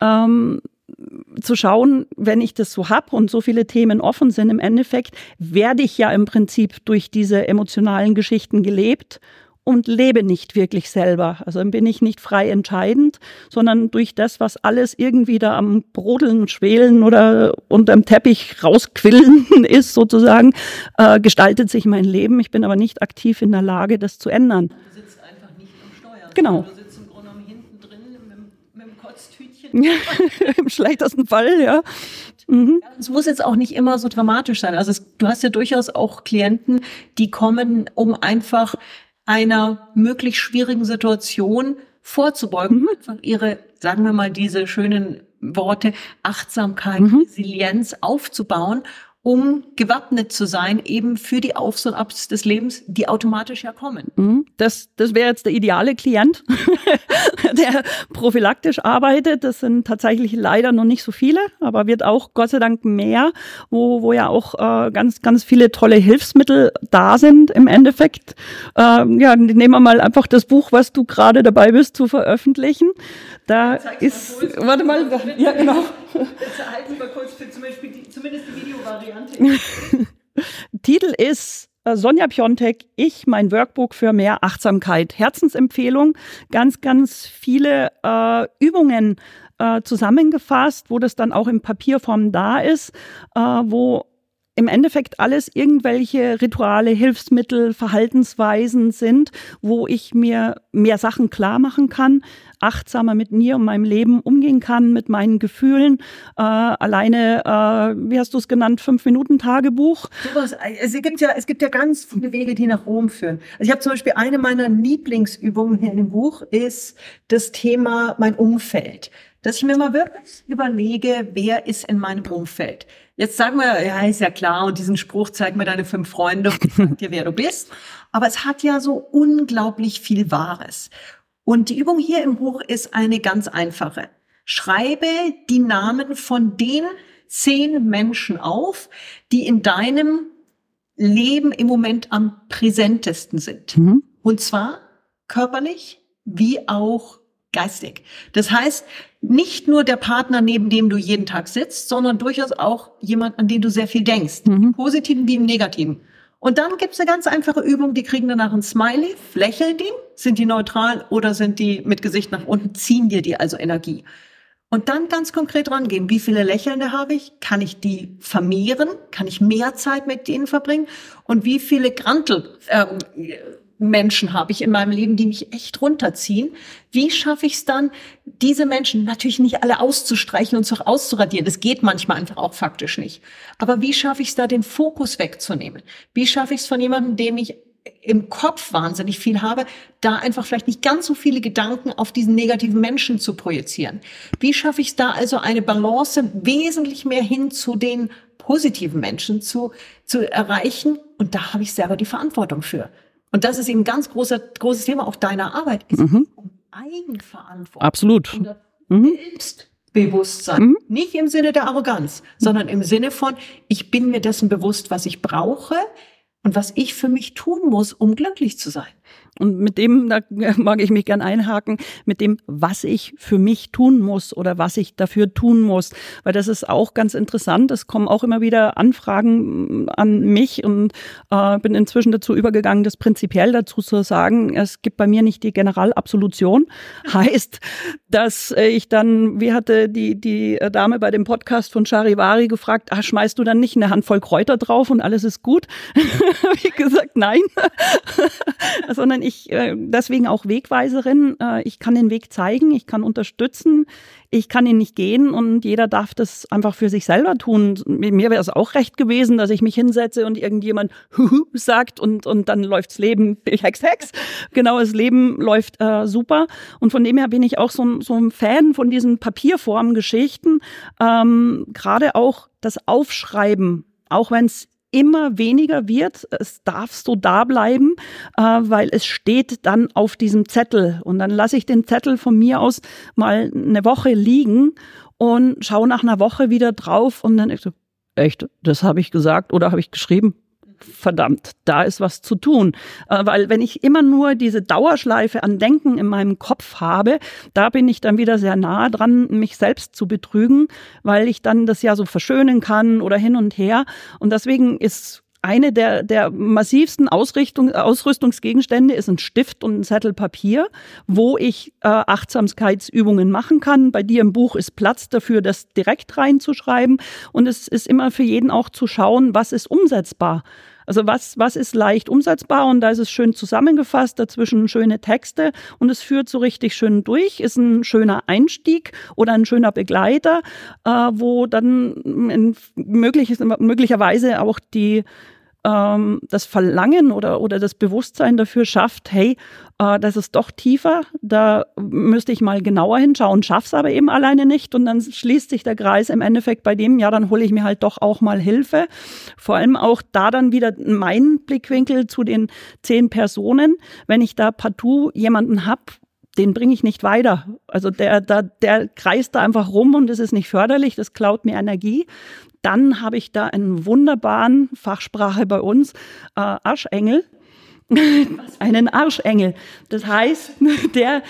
Speaker 2: zu schauen, wenn ich das so habe und so viele Themen offen sind, im Endeffekt werde ich ja im Prinzip durch diese emotionalen Geschichten gelebt und lebe nicht wirklich selber. Also dann bin ich nicht frei entscheidend, sondern durch das, was alles irgendwie da am Brodeln, Schwelen oder unterm Teppich rausquillen ist sozusagen, gestaltet sich mein Leben. Ich bin aber nicht aktiv in der Lage, das zu ändern.
Speaker 1: Du sitzt einfach nicht am Steuer.
Speaker 2: Genau.
Speaker 1: Du sitzt im Grunde genommen hinten drin mit dem Kotztütchen.
Speaker 2: Ja, im schlechtesten Fall, ja. Mhm.
Speaker 1: Es muss jetzt auch nicht immer so dramatisch sein. Also du hast ja durchaus auch Klienten, die kommen, um einfach einer möglichst schwierigen Situation vorzubeugen. Einfach ihre, sagen wir mal, diese schönen Worte, Achtsamkeit, Resilienz aufzubauen, um gewappnet zu sein, eben für die Aufs und Abs des Lebens, die automatisch ja kommen.
Speaker 2: Das wäre jetzt der ideale Klient, der prophylaktisch arbeitet. Das sind tatsächlich leider noch nicht so viele, aber wird auch Gott sei Dank mehr, wo ja auch ganz, ganz viele tolle Hilfsmittel da sind im Endeffekt. Nehmen wir mal einfach das Buch, was du gerade dabei bist zu veröffentlichen. Da ist, warte mal, ja genau.
Speaker 1: Jetzt erhalten wir kurz für zum Beispiel zumindest die Videovariante.
Speaker 2: Titel ist Sonja Piontek, mein Workbook für mehr Achtsamkeit. Herzensempfehlung, ganz, ganz viele Übungen zusammengefasst, wo das dann auch in Papierform da ist, wo im Endeffekt alles irgendwelche Rituale, Hilfsmittel, Verhaltensweisen sind, wo ich mir mehr Sachen klar machen kann, achtsamer mit mir und meinem Leben umgehen kann, mit meinen Gefühlen. Alleine, wie hast du es genannt, 5-Minuten-Tagebuch?
Speaker 1: Sowas, es gibt ja ganz viele Wege, die nach Rom führen. Also ich habe zum Beispiel eine meiner Lieblingsübungen hier in dem Buch ist das Thema mein Umfeld. Dass ich mir mal wirklich überlege, wer ist in meinem Umfeld. Jetzt sagen wir, ja, ist ja klar, und diesen Spruch, zeig mir deine 5 Freunde und sag dir, wer du bist. Aber es hat ja so unglaublich viel Wahres. Und die Übung hier im Buch ist eine ganz einfache. Schreibe die Namen von den 10 Menschen auf, die in deinem Leben im Moment am präsentesten sind. Und zwar körperlich wie auch geistig. Das heißt, nicht nur der Partner, neben dem du jeden Tag sitzt, sondern durchaus auch jemand, an den du sehr viel denkst. Im Positiven wie im Negativen. Und dann gibt's eine ganz einfache Übung, die kriegen danach ein Smiley, lächeln die, sind die neutral oder sind die mit Gesicht nach unten, ziehen dir die also Energie. Und dann ganz konkret rangehen, wie viele Lächelnde habe ich? Kann ich die vermehren? Kann ich mehr Zeit mit denen verbringen? Und wie viele Menschen habe ich in meinem Leben, die mich echt runterziehen. Wie schaffe ich es dann, diese Menschen natürlich nicht alle auszustreichen und auszuradieren? Das geht manchmal einfach auch faktisch nicht. Aber wie schaffe ich es da, den Fokus wegzunehmen? Wie schaffe ich es von jemandem, dem ich im Kopf wahnsinnig viel habe, da einfach vielleicht nicht ganz so viele Gedanken auf diesen negativen Menschen zu projizieren? Wie schaffe ich es da also eine Balance wesentlich mehr hin zu den positiven Menschen zu erreichen? Und da habe ich selber die Verantwortung für. Und das ist eben ein ganz großes Thema auch deiner Arbeit. Es geht um Eigenverantwortung.
Speaker 2: Absolut.
Speaker 1: Um Selbstbewusstsein. Nicht im Sinne der Arroganz, sondern im Sinne von, ich bin mir dessen bewusst, was ich brauche und was ich für mich tun muss, um glücklich zu sein.
Speaker 2: Und mit dem, da mag ich mich gern einhaken, mit dem, was ich für mich tun muss oder was ich dafür tun muss. Weil das ist auch ganz interessant. Es kommen auch immer wieder Anfragen an mich und bin inzwischen dazu übergegangen, das prinzipiell dazu zu sagen. Es gibt bei mir nicht die Generalabsolution. Heißt, dass ich dann, wie hatte die Dame bei dem Podcast von Charivari gefragt, schmeißt du dann nicht eine Handvoll Kräuter drauf und alles ist gut? Habe ich gesagt, nein. Sondern ich, deswegen auch Wegweiserin, ich kann den Weg zeigen, ich kann unterstützen, ich kann ihn nicht gehen und jeder darf das einfach für sich selber tun. Mir wäre es auch recht gewesen, dass ich mich hinsetze und irgendjemand sagt und dann läuft's Leben, Hex. Genau, das Leben läuft super. Und von dem her bin ich auch so ein Fan von diesen Papierformgeschichten. Gerade auch das Aufschreiben, auch wenn es immer weniger wird, es darf so da bleiben, weil es steht dann auf diesem Zettel und dann lasse ich den Zettel von mir aus mal eine Woche liegen und schaue nach einer Woche wieder drauf und dann so, echt, das habe ich gesagt oder habe ich geschrieben? Verdammt, da ist was zu tun. Weil wenn ich immer nur diese Dauerschleife an Denken in meinem Kopf habe, da bin ich dann wieder sehr nah dran, mich selbst zu betrügen, weil ich dann das ja so verschönen kann oder hin und her. Und deswegen ist eine der massivsten Ausrüstungsgegenstände ist ein Stift und ein Zettel Papier, wo ich Achtsamkeitsübungen machen kann. Bei dir im Buch ist Platz dafür, das direkt reinzuschreiben. Und es ist immer für jeden auch zu schauen, was ist umsetzbar. Also was ist leicht umsetzbar und da ist es schön zusammengefasst, dazwischen schöne Texte und es führt so richtig schön durch, ist ein schöner Einstieg oder ein schöner Begleiter, wo dann möglicherweise auch das Verlangen oder das Bewusstsein dafür schafft, hey, das ist doch tiefer, da müsste ich mal genauer hinschauen, schaff's aber eben alleine nicht und dann schließt sich der Kreis im Endeffekt bei dem, ja, dann hole ich mir halt doch auch mal Hilfe. Vor allem auch da dann wieder mein Blickwinkel zu den 10 Personen, wenn ich da partout jemanden habe, den bringe ich nicht weiter. Also der kreist da einfach rum und das ist nicht förderlich, das klaut mir Energie. Dann habe ich da einen wunderbaren, Fachsprache bei uns, Arschengel. Einen Arschengel. Das heißt, der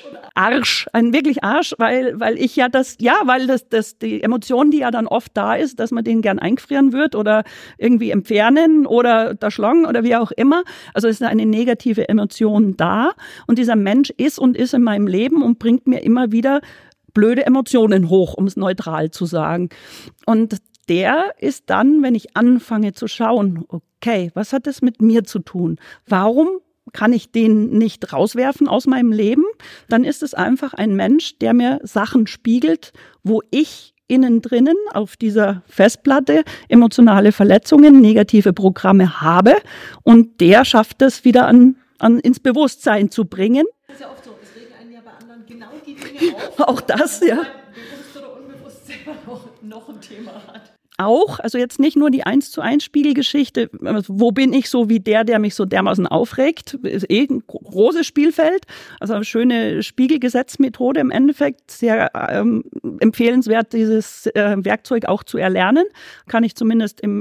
Speaker 2: Arsch, ein wirklich Arsch, weil ich ja weil die Emotion, die ja dann oft da ist, dass man den gern eingefrieren wird oder irgendwie entfernen oder da schlagen oder wie auch immer. Also es ist eine negative Emotion da und dieser Mensch ist in meinem Leben und bringt mir immer wieder blöde Emotionen hoch, um es neutral zu sagen. Und der ist dann, wenn ich anfange zu schauen, okay, was hat das mit mir zu tun? Warum kann ich den nicht rauswerfen aus meinem Leben? Dann ist es einfach ein Mensch, der mir Sachen spiegelt, wo ich innen drinnen auf dieser Festplatte emotionale Verletzungen, negative Programme habe und der schafft es wieder ins Bewusstsein zu bringen.
Speaker 1: Das ist ja oft so, es regen einen ja bei anderen genau die Dinge auf.
Speaker 2: Auch das, ja.
Speaker 1: Bewusst oder unbewusst selber noch ein Thema hat.
Speaker 2: Auch, also jetzt nicht nur die 1:1 Spiegelgeschichte, wo bin ich so wie der mich so dermaßen aufregt, ist ein großes Spielfeld, also eine schöne Spiegelgesetzmethode im Endeffekt, sehr empfehlenswert, dieses Werkzeug auch zu erlernen, kann ich zumindest im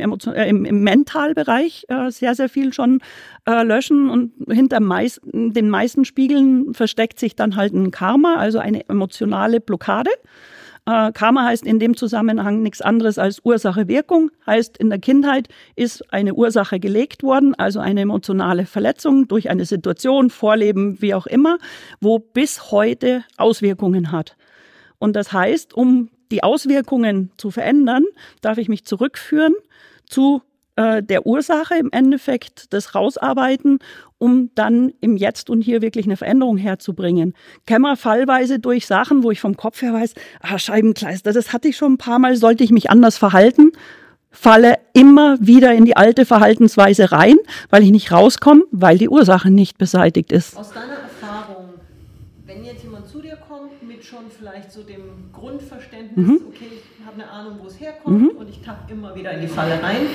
Speaker 2: Mentalbereich sehr, sehr viel schon löschen und hinter den meisten Spiegeln versteckt sich dann halt ein Karma, also eine emotionale Blockade. Karma heißt in dem Zusammenhang nichts anderes als Ursache-Wirkung, heißt in der Kindheit ist eine Ursache gelegt worden, also eine emotionale Verletzung durch eine Situation, Vorleben, wie auch immer, wo bis heute Auswirkungen hat. Und das heißt, um die Auswirkungen zu verändern, darf ich mich zurückführen zu der Ursache im Endeffekt, das Rausarbeiten, um dann im Jetzt und Hier wirklich eine Veränderung herzubringen. Kämmer fallweise durch Sachen, wo ich vom Kopf her weiß, Scheibenkleister, das hatte ich schon ein paar Mal, sollte ich mich anders verhalten, falle immer wieder in die alte Verhaltensweise rein, weil ich nicht rauskomme, weil die Ursache nicht beseitigt ist.
Speaker 1: Aus deiner Erfahrung, wenn jetzt jemand zu dir kommt mit schon vielleicht so dem Grundverständnis, okay, ich habe eine Ahnung, wo es herkommt und ich tappe immer wieder in die Falle rein,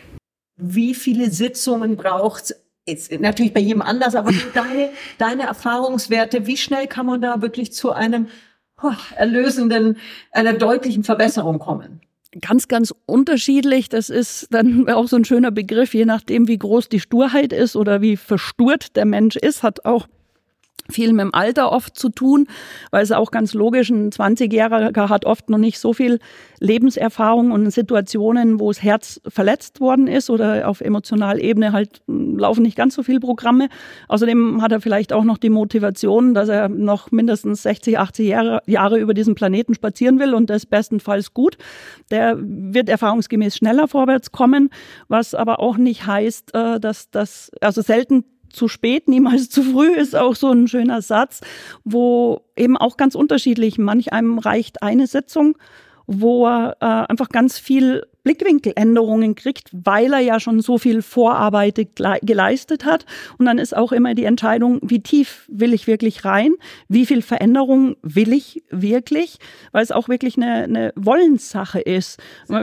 Speaker 1: wie viele Sitzungen braucht es? Natürlich bei jedem anders, aber deine Erfahrungswerte, wie schnell kann man da wirklich zu einem erlösenden, einer deutlichen Verbesserung kommen?
Speaker 2: Ganz, ganz unterschiedlich. Das ist dann auch so ein schöner Begriff, je nachdem, wie groß die Sturheit ist oder wie versturt der Mensch ist, hat auch viel mit dem Alter oft zu tun, weil es auch ganz logisch, ein 20-Jähriger hat oft noch nicht so viel Lebenserfahrung und in Situationen, wo das Herz verletzt worden ist oder auf emotionaler Ebene halt laufen nicht ganz so viele Programme. Außerdem hat er vielleicht auch noch die Motivation, dass er noch mindestens 60, 80 Jahre über diesen Planeten spazieren will und das bestenfalls gut. Der wird erfahrungsgemäß schneller vorwärts kommen, was aber auch nicht heißt, dass das, also selten zu spät, niemals zu früh ist auch so ein schöner Satz, wo eben auch ganz unterschiedlich, manch einem reicht eine Sitzung, wo er einfach ganz viel Blickwinkeländerungen kriegt, weil er ja schon so viel Vorarbeit geleistet hat. Und dann ist auch immer die Entscheidung, wie tief will ich wirklich rein, wie viel Veränderung will ich wirklich, weil es auch wirklich eine Wollenssache ist.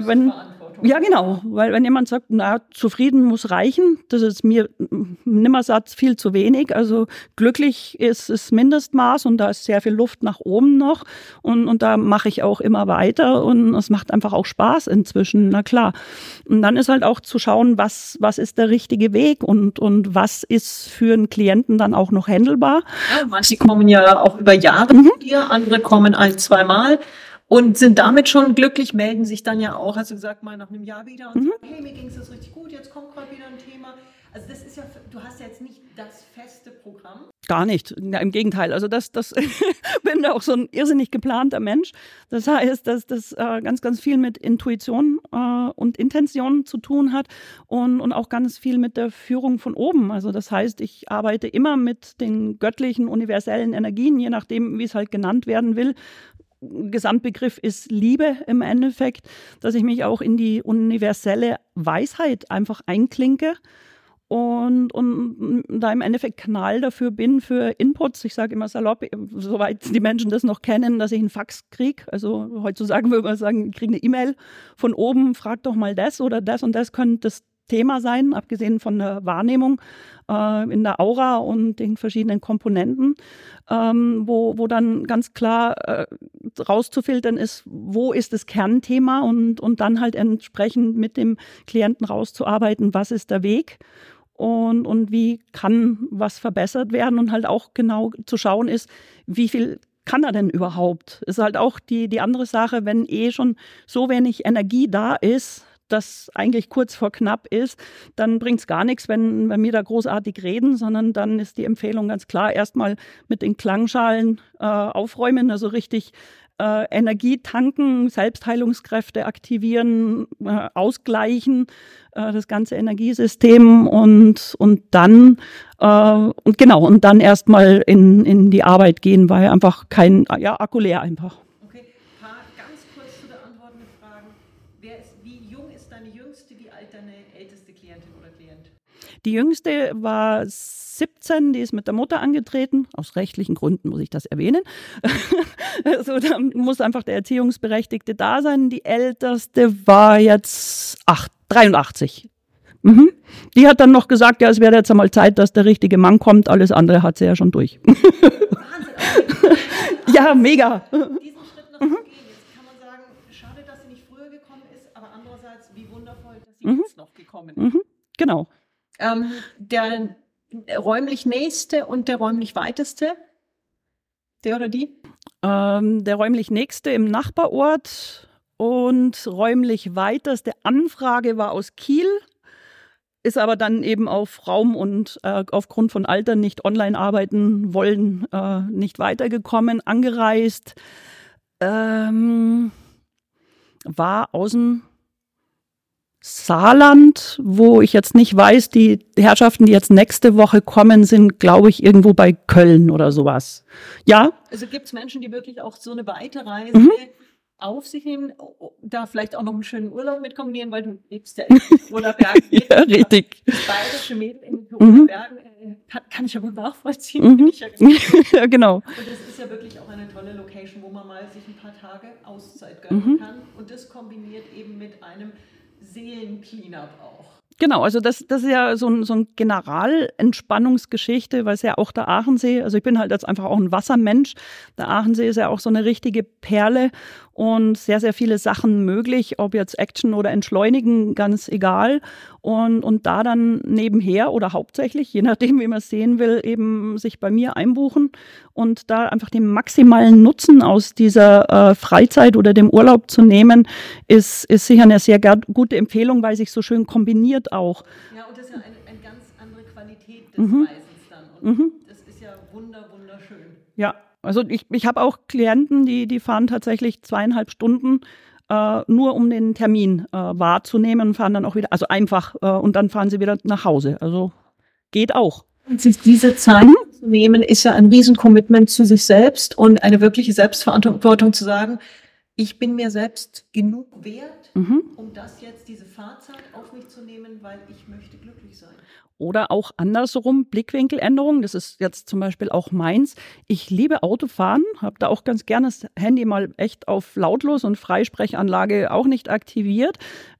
Speaker 2: Ja, genau, weil wenn jemand sagt, na, zufrieden muss reichen, das ist mir Nimmersatz viel zu wenig, also glücklich ist das Mindestmaß und da ist sehr viel Luft nach oben noch und da mache ich auch immer weiter und es macht einfach auch Spaß inzwischen, na klar. Und dann ist halt auch zu schauen, was ist der richtige Weg und was ist für einen Klienten dann auch noch handelbar.
Speaker 1: Ja, manche kommen ja auch über Jahre zu dir, andere kommen 1-, 2 Mal. Und sind damit schon glücklich, melden sich dann ja auch, hast du gesagt, mal nach einem Jahr wieder und sagen, hey, mir ging es das richtig gut, jetzt kommt gerade wieder ein Thema. Also das ist ja, du hast ja jetzt nicht das feste Programm.
Speaker 2: Gar nicht, ja, im Gegenteil. Also das bin auch so ein irrsinnig geplanter Mensch. Das heißt, dass das ganz, ganz viel mit Intuition und Intention zu tun hat und auch ganz viel mit der Führung von oben. Also das heißt, ich arbeite immer mit den göttlichen, universellen Energien, je nachdem, wie es halt genannt werden will. Gesamtbegriff ist Liebe im Endeffekt, dass ich mich auch in die universelle Weisheit einfach einklinke und da im Endeffekt Kanal dafür bin für Inputs. Ich sage immer salopp, soweit die Menschen das noch kennen, dass ich einen Fax kriege. Also heutzutage würde man sagen, ich kriege eine E-Mail von oben, frag doch mal das oder das und das könnte das Thema sein, abgesehen von der Wahrnehmung in der Aura und den verschiedenen Komponenten, wo dann ganz klar rauszufiltern ist, wo ist das Kernthema und dann halt entsprechend mit dem Klienten rauszuarbeiten, was ist der Weg und wie kann was verbessert werden und halt auch genau zu schauen ist, wie viel kann er denn überhaupt? Ist halt auch die andere Sache, wenn schon so wenig Energie da ist, das eigentlich kurz vor knapp ist, dann bringt es gar nichts, wenn wir da großartig reden, sondern dann ist die Empfehlung ganz klar, erstmal mit den Klangschalen aufräumen, also richtig Energie tanken, Selbstheilungskräfte aktivieren, ausgleichen, das ganze Energiesystem und dann erstmal in die Arbeit gehen, weil einfach kein Akku leer einfach.
Speaker 1: Okay, ganz kurz zu beantwortende Fragen. Wie jung ist deine jüngste, wie alt deine älteste Klientin oder Klient?
Speaker 2: Die jüngste war 17, die ist mit der Mutter angetreten. Aus rechtlichen Gründen muss ich das erwähnen. Also, da muss einfach der Erziehungsberechtigte da sein. Die älteste war jetzt 83. Mhm. Die hat dann noch gesagt, ja, es wäre jetzt einmal Zeit, dass der richtige Mann kommt. Alles andere hat sie ja schon durch.
Speaker 1: Wahnsinn.
Speaker 2: Ja, mega.
Speaker 1: Diesen Schritt noch zu gehen. Jetzt kann man sagen, schade, dass sie nicht früher gekommen ist, aber andererseits, wie wundervoll, dass sie jetzt noch gekommen ist.
Speaker 2: Mhm. Genau.
Speaker 1: Der räumlich nächste und der räumlich weiteste, der oder die?
Speaker 2: Der räumlich nächste im Nachbarort und räumlich weiteste Anfrage war aus Kiel, ist aber dann eben auf Raum und aufgrund von Alter nicht online arbeiten wollen, nicht weitergekommen, angereist, war aus dem Saarland, wo ich jetzt nicht weiß, die Herrschaften, die jetzt nächste Woche kommen, sind, glaube ich, irgendwo bei Köln oder sowas. Ja?
Speaker 1: Also gibt es Menschen, die wirklich auch so eine weite Reise auf sich nehmen, da vielleicht auch noch einen schönen Urlaub mit kombinieren, weil du lebst ja in den Bergen.
Speaker 2: Ja, richtig.
Speaker 1: Das bayerische Mädel in den Bergen kann ich aber nachvollziehen.
Speaker 2: Ja, genau.
Speaker 1: Und das ist ja wirklich auch eine tolle Location, wo man mal sich ein paar Tage Auszeit gönnen kann. Und das kombiniert eben mit einem Seelen-Cleanup auch.
Speaker 2: Genau, also das ist ja so ein Generalentspannungsgeschichte, weil es ja auch der Aachensee, also ich bin halt jetzt einfach auch ein Wassermensch, der Aachensee ist ja auch so eine richtige Perle und sehr, sehr viele Sachen möglich, ob jetzt Action oder Entschleunigen, ganz egal. Und da dann nebenher oder hauptsächlich, je nachdem, wie man es sehen will, eben sich bei mir einbuchen und da einfach den maximalen Nutzen aus dieser Freizeit oder dem Urlaub zu nehmen, ist sicher eine sehr gute Empfehlung, weil sich so schön kombiniert auch.
Speaker 1: Ja, und das ist ja eine ganz andere Qualität des Reisens dann. Und das ist ja wunderschön.
Speaker 2: Ja, also ich habe auch Klienten, die fahren tatsächlich 2,5 Stunden nur um den Termin wahrzunehmen und fahren dann auch wieder, also einfach, und dann fahren sie wieder nach Hause. Also geht auch.
Speaker 1: Und sich diese Zeit zu nehmen, ist ja ein Riesencommitment zu sich selbst und eine wirkliche Selbstverantwortung zu sagen, ich bin mir selbst genug wert, um diese Fahrzeit auf mich zu nehmen, weil ich möchte glücklich sein.
Speaker 2: Oder auch andersrum, Blickwinkeländerung. Das ist jetzt zum Beispiel auch meins. Ich liebe Autofahren, habe da auch ganz gerne das Handy mal echt auf lautlos und Freisprechanlage auch nicht aktiviert.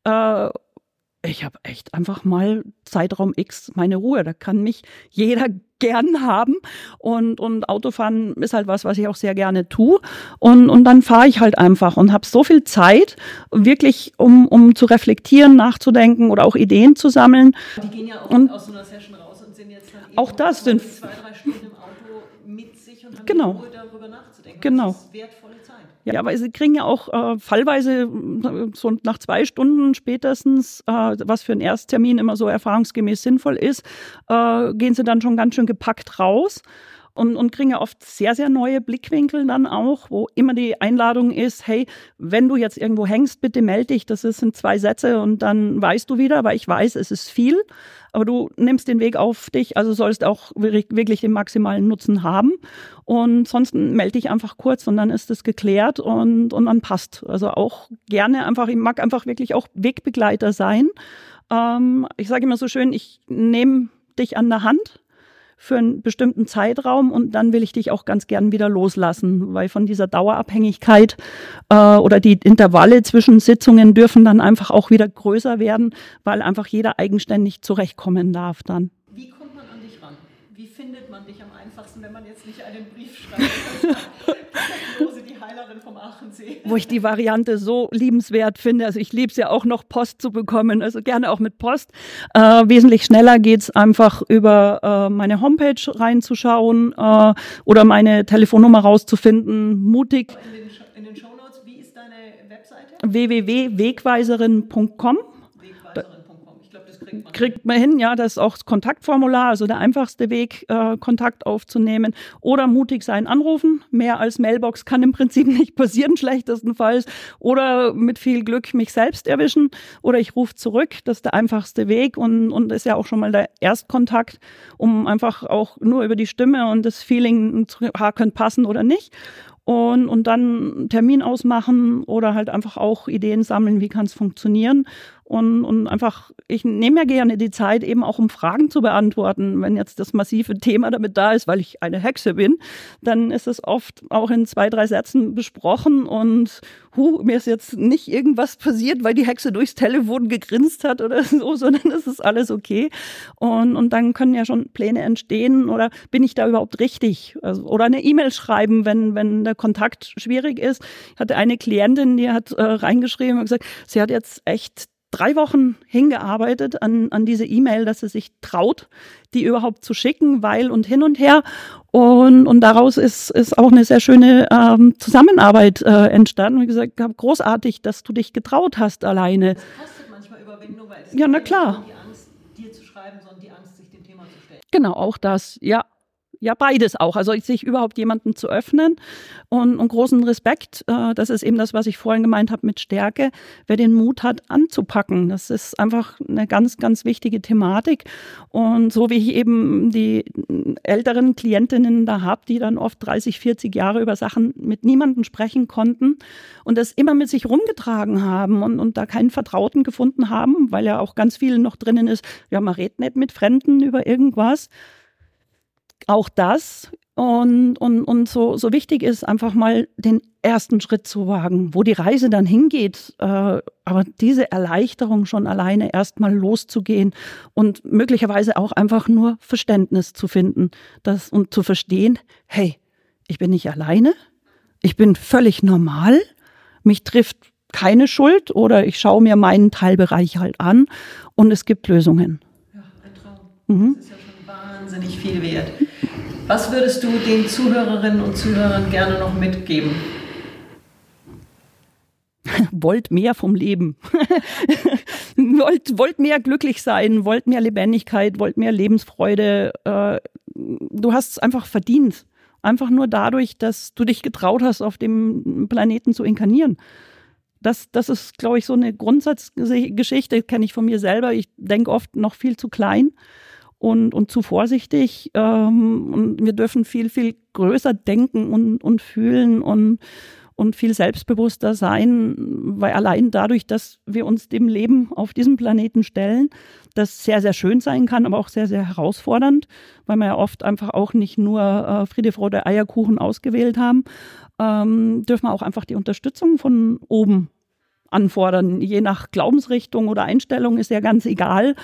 Speaker 2: Ich habe echt einfach mal Zeitraum X meine Ruhe. Da kann mich jeder gern haben. Und Autofahren ist halt was ich auch sehr gerne tue. Und dann fahre ich halt einfach und habe so viel Zeit, wirklich, um zu reflektieren, nachzudenken oder auch Ideen zu sammeln.
Speaker 1: Die gehen ja auch aus so einer Session raus und sind jetzt dann eben
Speaker 2: auch das sind
Speaker 1: 2-3 Stunden im Auto mit sich und haben
Speaker 2: genau.
Speaker 1: die Ruhe, darüber nachzudenken.
Speaker 2: Genau.
Speaker 1: Das ist wertvolle Zeit.
Speaker 2: Ja, aber sie kriegen ja auch fallweise so nach 2 Stunden spätestens, was für einen Ersttermin immer so erfahrungsgemäß sinnvoll ist, gehen sie dann schon ganz schön gepackt raus und kriegen ja oft sehr, sehr neue Blickwinkel dann auch, wo immer die Einladung ist, hey, wenn du jetzt irgendwo hängst, bitte melde dich, sind 2 Sätze und dann weißt du wieder, weil ich weiß, es ist viel, aber du nimmst den Weg auf dich, also sollst auch wirklich den maximalen Nutzen haben und sonst melde dich einfach kurz und dann ist es geklärt und dann passt. Also auch gerne einfach, ich mag einfach wirklich auch Wegbegleiter sein. Ich sage immer so schön, ich nehme dich an der Hand für einen bestimmten Zeitraum und dann will ich dich auch ganz gern wieder loslassen, weil von dieser Dauerabhängigkeit oder die Intervalle zwischen Sitzungen dürfen dann einfach auch wieder größer werden, weil einfach jeder eigenständig zurechtkommen darf dann.
Speaker 1: Wie kommt man an dich ran? Wie findet man dich am einfachsten, wenn man jetzt nicht einen Brief schreibt? Die Heilerin vom Aachensee.
Speaker 2: Wo ich die Variante so liebenswert finde. Also ich liebe es ja auch noch, Post zu bekommen. Also gerne auch mit Post. Wesentlich schneller geht es einfach über meine Homepage reinzuschauen oder meine Telefonnummer rauszufinden. Mutig.
Speaker 1: In den Shownotes, wie ist deine Webseite?
Speaker 2: www.wegweiserin.com.
Speaker 1: Ich glaube, das kriegt man.
Speaker 2: Kriegt man hin, ja, das ist auch das Kontaktformular, also der einfachste Weg, Kontakt aufzunehmen oder mutig sein, anrufen. Mehr als Mailbox kann im Prinzip nicht passieren, schlechtestenfalls. Oder mit viel Glück mich selbst erwischen oder ich rufe zurück, das ist der einfachste Weg und ist ja auch schon mal der Erstkontakt, um einfach auch nur über die Stimme und das Feeling zu könnte passen oder nicht. Und dann einen Termin ausmachen oder halt einfach auch Ideen sammeln, wie kann es funktionieren. Und einfach, ich nehme ja gerne die Zeit, eben auch um Fragen zu beantworten. Wenn jetzt das massive Thema damit da ist, weil ich eine Hexe bin, dann ist es oft auch in 2-3 Sätzen besprochen und mir ist jetzt nicht irgendwas passiert, weil die Hexe durchs Telefon gegrinst hat oder so, sondern es ist alles okay. Und dann können ja schon Pläne entstehen oder bin ich da überhaupt richtig? Also, oder eine E-Mail schreiben, wenn der Kontakt schwierig ist. Ich hatte eine Klientin, die hat reingeschrieben und gesagt, sie hat jetzt echt 3 Wochen hingearbeitet an diese E-Mail, dass sie sich traut, die überhaupt zu schicken, weil und hin und her. Und daraus ist auch eine sehr schöne Zusammenarbeit entstanden. Wie gesagt, großartig, dass du dich getraut hast alleine.
Speaker 1: Das kostet manchmal Überwindung, weil es
Speaker 2: ja, na klar.
Speaker 1: Nicht die Angst, dir zu schreiben, sondern die Angst, sich dem Thema zu stellen.
Speaker 2: Genau, auch das, ja. Ja, beides auch. Also sich überhaupt jemandem zu öffnen und großen Respekt. Das ist eben das, was ich vorhin gemeint habe mit Stärke. Wer den Mut hat, anzupacken. Das ist einfach eine ganz, ganz wichtige Thematik. Und so wie ich eben die älteren Klientinnen da habe, die dann oft 30, 40 Jahre über Sachen mit niemandem sprechen konnten und das immer mit sich rumgetragen haben und da keinen Vertrauten gefunden haben, weil ja auch ganz viel noch drinnen ist, ja, man redet nicht mit Fremden über irgendwas. Auch das und so wichtig ist, einfach mal den ersten Schritt zu wagen, wo die Reise dann hingeht. Aber diese Erleichterung schon alleine erstmal loszugehen und möglicherweise auch einfach nur Verständnis zu finden und zu verstehen, hey, ich bin nicht alleine, ich bin völlig normal mich trifft keine Schuld oder ich schaue mir meinen Teilbereich halt an und es gibt Lösungen.
Speaker 1: Ja, ein Traum. Das ist ja schon wahnsinnig viel wert. Was würdest du den Zuhörerinnen und Zuhörern gerne noch mitgeben?
Speaker 2: Wollt mehr vom Leben. wollt mehr glücklich sein, wollt mehr Lebendigkeit, wollt mehr Lebensfreude. Du hast es einfach verdient. Einfach nur dadurch, dass du dich getraut hast, auf dem Planeten zu inkarnieren. Das ist, glaube ich, so eine Grundsatzgeschichte, kenne ich von mir selber. Ich denke oft noch viel zu klein und zu vorsichtig. Und wir dürfen viel, viel größer denken und fühlen und viel selbstbewusster sein, weil allein dadurch, dass wir uns dem Leben auf diesem Planeten stellen, das sehr, sehr schön sein kann, aber auch sehr, sehr herausfordernd, weil wir ja oft einfach auch nicht nur Friede, Freude, Eierkuchen ausgewählt haben, dürfen wir auch einfach die Unterstützung von oben anfordern. Je nach Glaubensrichtung oder Einstellung ist ja ganz egal.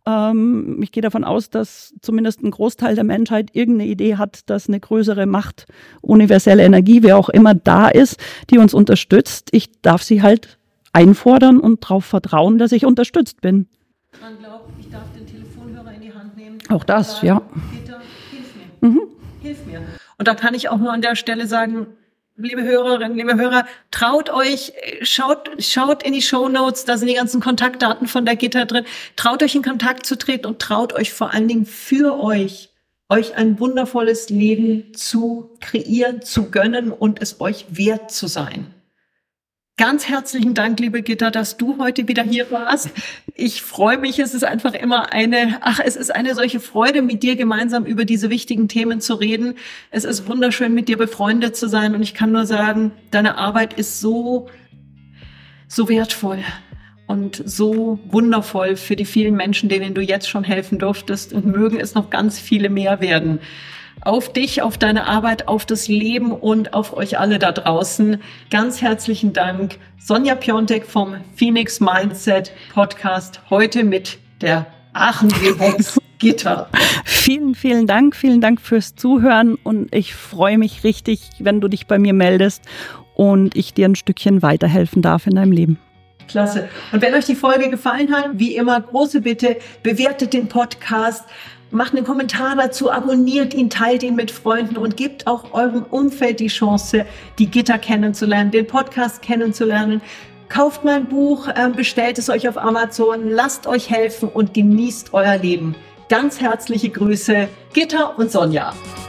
Speaker 2: Ich gehe davon aus, dass zumindest ein Großteil der Menschheit irgendeine Idee hat, dass eine größere Macht, universelle Energie, wer auch immer da ist, die uns unterstützt. Ich darf sie halt einfordern und darauf vertrauen, dass ich unterstützt bin.
Speaker 1: Man glaubt, ich darf den Telefonhörer in die Hand nehmen.
Speaker 2: Auch das, ja.
Speaker 1: Peter, hilf mir. Hilf mir. Und da kann ich auch nur an der Stelle sagen, liebe Hörerinnen, liebe Hörer, traut euch, schaut in die Shownotes, da sind die ganzen Kontaktdaten von der Gitta drin. Traut euch in Kontakt zu treten und traut euch vor allen Dingen für euch ein wundervolles Leben zu kreieren, zu gönnen und es euch wert zu sein. Ganz herzlichen Dank, liebe Gitta, dass du heute wieder hier warst. Ich freue mich, es ist einfach immer eine solche Freude, mit dir gemeinsam über diese wichtigen Themen zu reden. Es ist wunderschön, mit dir befreundet zu sein und ich kann nur sagen, deine Arbeit ist so wertvoll und so wundervoll für die vielen Menschen, denen du jetzt schon helfen durftest und mögen es noch ganz viele mehr werden. Auf dich, auf deine Arbeit, auf das Leben und auf euch alle da draußen. Ganz herzlichen Dank. Sonja Piontek vom Phoenix Mindset Podcast, heute mit der Aachen-Hex Gitta.
Speaker 2: Vielen, vielen Dank. Vielen Dank fürs Zuhören und ich freue mich richtig, wenn du dich bei mir meldest und ich dir ein Stückchen weiterhelfen darf in deinem Leben.
Speaker 1: Klasse. Und wenn euch die Folge gefallen hat, wie immer, große Bitte, bewertet den Podcast. Macht einen Kommentar dazu, abonniert ihn, teilt ihn mit Freunden und gebt auch eurem Umfeld die Chance, die Gitta kennenzulernen, den Podcast kennenzulernen. Kauft mein Buch, bestellt es euch auf Amazon, lasst euch helfen und genießt euer Leben. Ganz herzliche Grüße, Gitta und Sonja.